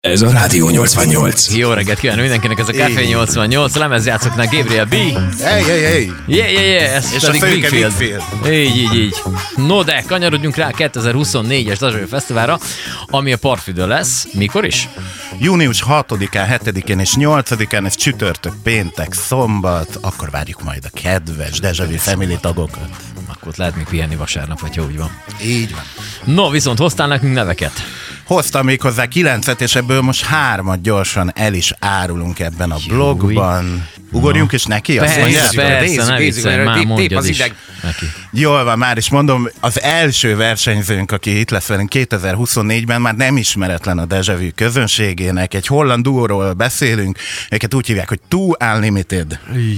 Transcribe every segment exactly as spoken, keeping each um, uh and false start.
Ez a Rádió nyolcvannyolc. Jó reggelt kívánok mindenkinek, ez a Café nyolcvannyolc, lemezjátszoknak Gabriel B. Hey, hey, hey. Yeah, yeah, yeah, ez És pedig a főke Bigfield. Bigfield. Így, így, így. No de, kanyarodjunk rá a kétezer-huszonnégyes Dazsai Fesztiválra, ami a Parfürdön lesz. Mikor is? június hatodikán, hetedikén és nyolcadikán, ez csütörtök, péntek, szombat, akkor várjuk majd a kedves Déjà Vu Family tagokat. Akkor ott lehet még pihenni vasárnap, vagy úgy van. Így van. No, viszont hoztál nekünk neveket. Hoztam még hozzá kilencet, és ebből most hármat gyorsan el is árulunk ebben a blogban. Ugorjunk is neki? Azt Persze, mondják? persze, ne viccelj, már mondjad is neki. Jól van, már is mondom, az első versenyzőnk, aki itt lesz velünk kétezer-huszonnégyben, már nem ismeretlen a Déjà Vu közönségének. Egy holland duóról beszélünk, őket úgy hívják, hogy Two Unlimited.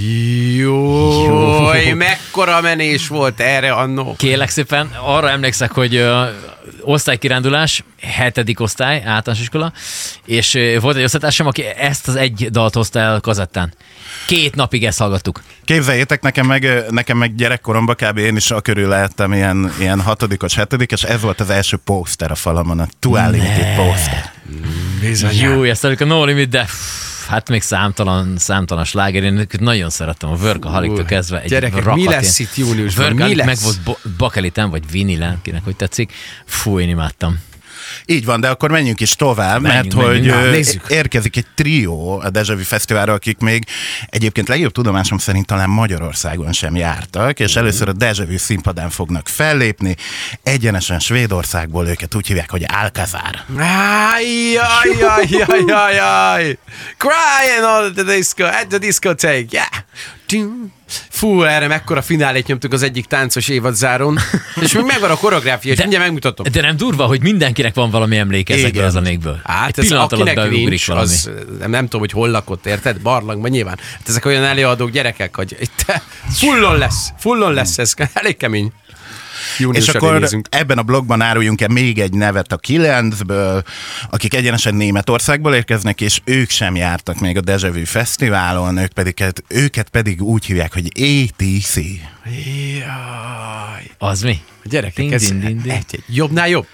Jój, mekkora menés volt erre annó. Kérlek szépen, arra emlékszek, hogy ö, osztálykirándulás, hetedik osztály, általános iskola, és ö, volt egy osztálytársam, aki ezt az egy dalt hozta el kazettán. Két napig ezt hallgattuk. Képzeljétek, nekem meg, nekem meg gyerekkoromban kb. Én is akörül lehettem ilyen, ilyen hatodikos, hetedikes, ez volt az első pószter a falamon, a Two Unlimited pószter. Jó, ezt a No Limit, de pff, hát még számtalan, számtalan sláger. Én nagyon szerettem a Workaholic-től kezdve. Egy Gyerekek, rakat, mi lesz itt júniusban? Mi lesz? Meg volt bo- Bakeliten, vagy Vinilán, kinek hogy tetszik. Fú, én imádtam. Így van, de akkor menjünk is tovább, Menjünk, mert menjünk. hogy Na, ö, nézzük. érkezik egy trió a Déjà Vu Fesztiválra, akik még egyébként legjobb tudomásom szerint talán Magyarországon sem jártak, és először a Déjà Vu színpadán fognak fellépni, egyenesen Svédországból, őket úgy hívják, hogy Alcazar. Áj, jaj, jaj, jaj, jaj, jaj. Crying on the disco, at the discotheque, yeah. Fú, erre mekkora finálét nyomtuk az egyik táncos évadzárón, és még megvan a koreográfia, és De- mindjárt megmutatom. De nem durva, hogy mindenkinek van valami emléke ezekből Igen. a zenékből. Hát Egy ez pillanat alatt akinek beugrik nincs, valami. az nem, nem tudom, hogy hol lakott, érted? Barlangban nyilván. Hát ezek olyan előadók gyerekek, hogy itt fullon lesz, fullon lesz, ez elég kemény. És Júniusra akkor nézünk. ebben a blogban áruljunk el még egy nevet a kilencből, akik egyenesen Németországból érkeznek, és ők sem jártak még a Déjà Vu Fesztiválon, ők pedig, őket pedig úgy hívják, hogy á té cé. Jaj. Az mi? A gyerekek, Ding, ez ding, ding, ding. egy, egy, jobbnál jobb.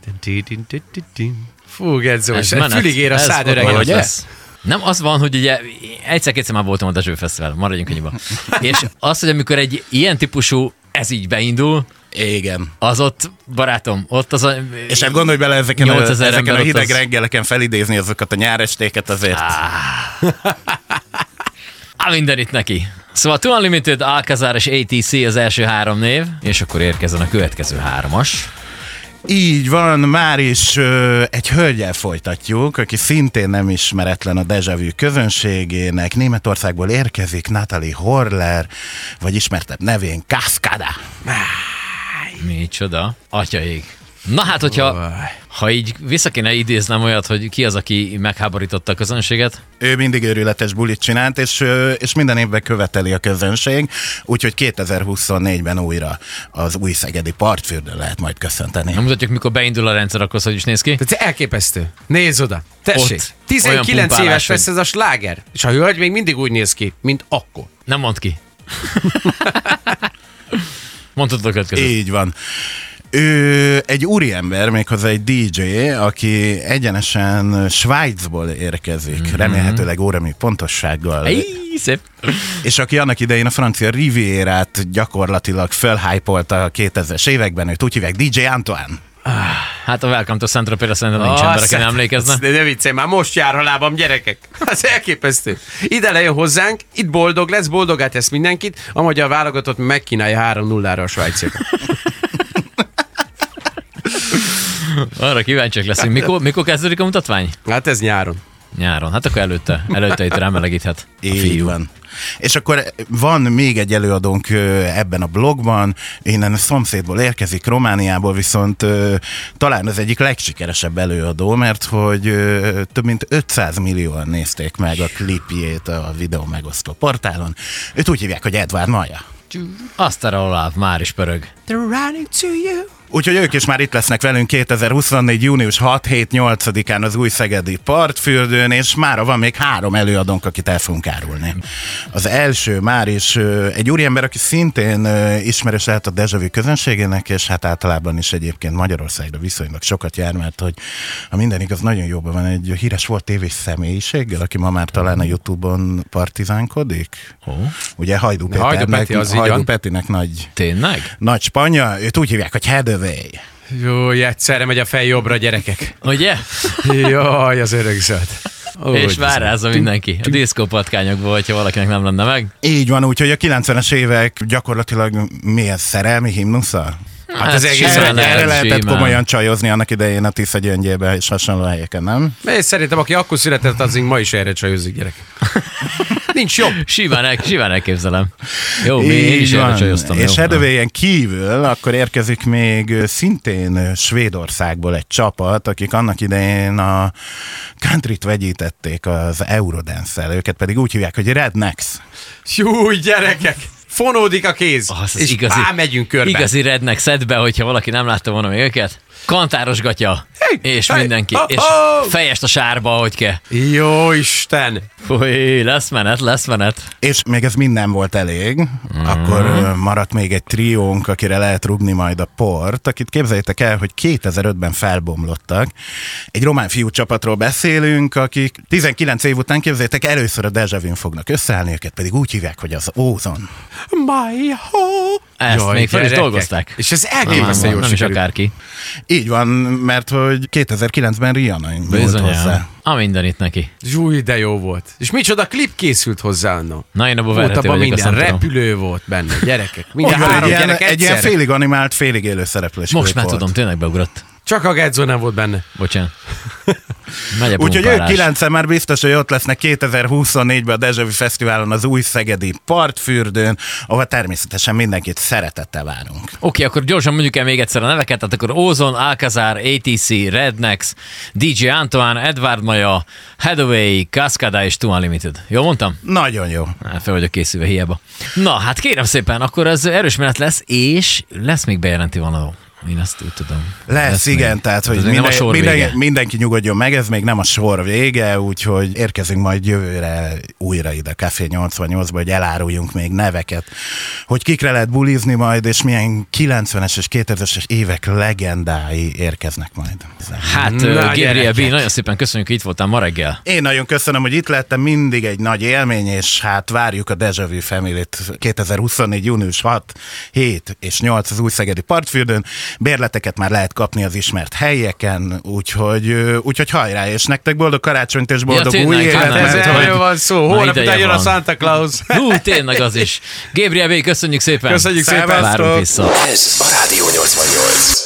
Fú, Gedzó, és menet. fülig ér a Ez szád ott öregen, menet ugye? lesz. Nem, az van, hogy ugye egyszer-kétszer már voltam a Déjà Vu Fesztiválon, maradjunk annyiban. És az, hogy amikor egy ilyen típusú ez így beindul, Igen. az ott, barátom, ott az a... És hát gondolj bele ezeken, a, nyolcezer ezeken ember a ott hideg az- reggeleken felidézni azokat a nyárestéket azért. Á, mindenit neki. Szóval Two Unlimited, Alcazar és á té cé az első három név, és akkor érkezzen a következő hármas. Így van, már is ö, egy hölgyel folytatjuk, aki szintén nem ismeretlen a Déjà Vu közönségének. Németországból érkezik Natalie Horler, vagy ismertebb nevén Cascada. Micsoda? Atyaég. Na hát, hogyha ha így vissza kéne idéznem olyat, hogy ki az, aki megháborította a közönséget? Ő mindig őrületes bulit csinált, és, ö, és minden évben követeli a közönség, úgyhogy kétezer-huszonnégyben újra az új szegedi Partfürdön lehet majd köszönteni. Nem mutatjuk, mikor beindul a rendszer, akkor az hogy is néz ki? Ez elképesztő. Nézz oda. Tessék. Ott tizenkilenc olyan pumpálás, éves hogy- lesz ez a sláger. És a hölgy még mindig úgy néz ki, mint akkor. Nem mondd ki. Mondhatod a következőt. Így van. Ő egy úriember, méghozzá egy dé dzsé, aki egyenesen Svájcból érkezik, mm-hmm. remélhetőleg óramű pontossággal. Ej, szép. És aki annak idején a francia Rivierát gyakorlatilag fölhypolta a kétezres években, őt úgy hívják dé dzsé Antoine. Hát a Welcome to Saint-Tropez-re szerintem nincs ember, aki nem emlékezne. De ne viccelj, már most jár a lábam, gyerekek. Az elképesztő. Ide lejön hozzánk, itt boldog lesz, boldogát tesz mindenkit, a magyar válogatott megkínálja három nullára a svájciakat. Arra kíváncsiak leszünk. Mikor, mikor kezdődik a mutatvány? Hát ez nyáron. Nyáron. Hát akkor előtte. Előtte itt rámelegíthet a Így fiú. van. És akkor van még egy előadónk ö, ebben a blogban, innen a szomszédból érkezik, Romániából, viszont ö, talán az egyik legsikeresebb előadó, mert hogy ö, több mint ötszáz millióan nézték meg a klipjét a videó megosztó portálon. Őt úgy hívják, hogy Edvard Maja. Azt a Olaf, már is pörög. they're running to you. Úgyhogy ők is már itt lesznek velünk kétezer-huszonnégy. június hat-hét-nyolcadikán az új szegedi Partfürdőn, és mára van még három előadónk, akit el fogunk árulni. Az első már is egy úriember, aki szintén ismerős lehet a Déjà Vu közönségének, és hát általában is egyébként Magyarországra viszonylag sokat jár, mert hogy ha minden igaz, nagyon jóban van egy híres volt tévés személyiséggel, aki ma már talán a YouTube-on partizánkodik. Oh. Ugye Hajdú Péternek, Hajdú Petinek nagy, Tényleg? nagy spanya, őt úgy hívják, hogy Hathaway. Jó, egyszerre megy a fej jobbra, gyerekek. Ugye? Jaj, az örökzöld. Ó, és várázza mindenki. A diszkópatkányokból, hogyha valakinek nem lenne meg. Így van, úgyhogy a kilencvenes évek gyakorlatilag milyen szerelmi himnusza? Hát ez egész erre, erre lehetett simán. komolyan csajozni annak idején a Tisza Gyöngyébe és hasonló helyeken, nem? És szerintem, aki akkor született, az ma is erre csajozik, gyerek. Nincs jobb. Simán, el, simán elképzelem. Jó, mi én is erre csajoztam. És Hathaway-en kívül akkor érkezik még szintén Svédországból egy csapat, akik annak idején a countryt vegyítették az Eurodance-szel, őket pedig úgy hívják, hogy Rednecks. Jó, gyerekek! Fonódik a kéz, az az és igazi, á, megyünk körbe. Igazi redneck szedbe, hogyha valaki nem látta volna még őket. Kantáros gatya, hey, és hey, mindenki, oh, és oh. fejest a sárba, ahogy kell. Jó Isten! Fúj, lesz menet, lesz menet. És még ez mind nem volt elég, mm. akkor maradt még egy triónk, akire lehet rugni majd a port, akit képzeljétek el, hogy kétezer-ötben felbomlottak. Egy román fiú csapatról beszélünk, akik tizenkilenc év után képzeljétek először a Déjà Vu-n fognak összeállni, őket pedig úgy hívják, hogy az Ozone. My ho! Ezt Jaj, még fel is dolgozták. És ez elképesztő jó Nem is akárki. Így van, mert hogy kétezer-kilencben Rihanna volt hozzá. A mindenit neki. Zsúj, de jó volt. És micsoda klip készült hozzá annak. Na, én abban verhető vagyok, minden, azt repülő volt benne, gyerekek. Minden Van, három egy gyerek ilyen, egy ilyen egyszerre. félig animált, félig élő szereplés. Most már volt. tudom, tényleg beugrott. Csak a Gedzó nem volt benne. Bocsánat. Megy a Úgyhogy ők pumpálás. kilencen már biztos, hogy ott lesznek kétezer-huszonnégyben a Déjà Vu Fesztiválon az új szegedi Partfürdőn, ahol természetesen mindenkit szeretettel várunk. Oké, okay, akkor gyorsan mondjuk el még egyszer a neveket, tehát akkor Ozone, Alcazar, á té cé, Rednecks, dé dzsé Antoine, Edward Maja, Hathaway, Cascada és Too Unlimited. Jó mondtam? Nagyon jó. Hát fel vagyok készülve, hiába. Na, hát kérem szépen, akkor ez erős menet lesz, és lesz még bejelenti valahol. Én azt úgy tudom. Lesz, lesz igen, még. Tehát, hogy minden, minden, mindenki nyugodjon meg, ez még nem a sor vége, úgyhogy érkezünk majd jövőre újra ide Café nyolcvannyolcba, hogy eláruljunk még neveket, hogy kikre lehet bulizni majd, és milyen kilencvenes és kétezres évek legendái érkeznek majd. Hát, Na, Gabriel B., nagyon szépen köszönjük, hogy itt voltál ma reggel. Én nagyon köszönöm, hogy itt lettem, mindig egy nagy élmény, és hát várjuk a Déjà Vu Family-t kétezer-huszonnégy. június hat, hét és nyolc az új szegedi Partfürdőn. Bérleteket már lehet kapni az ismert helyeken, úgyhogy, úgyhogy hajrá, és nektek boldog karácsonyt és boldog ja, új évet. Ezzel van szó, hónap után jön a Santa Claus. Hú, tényleg az is. Gabriel B., köszönjük szépen. Köszönjük szépen. Várunk vissza. Ez a Rádió nyolcvannyolc.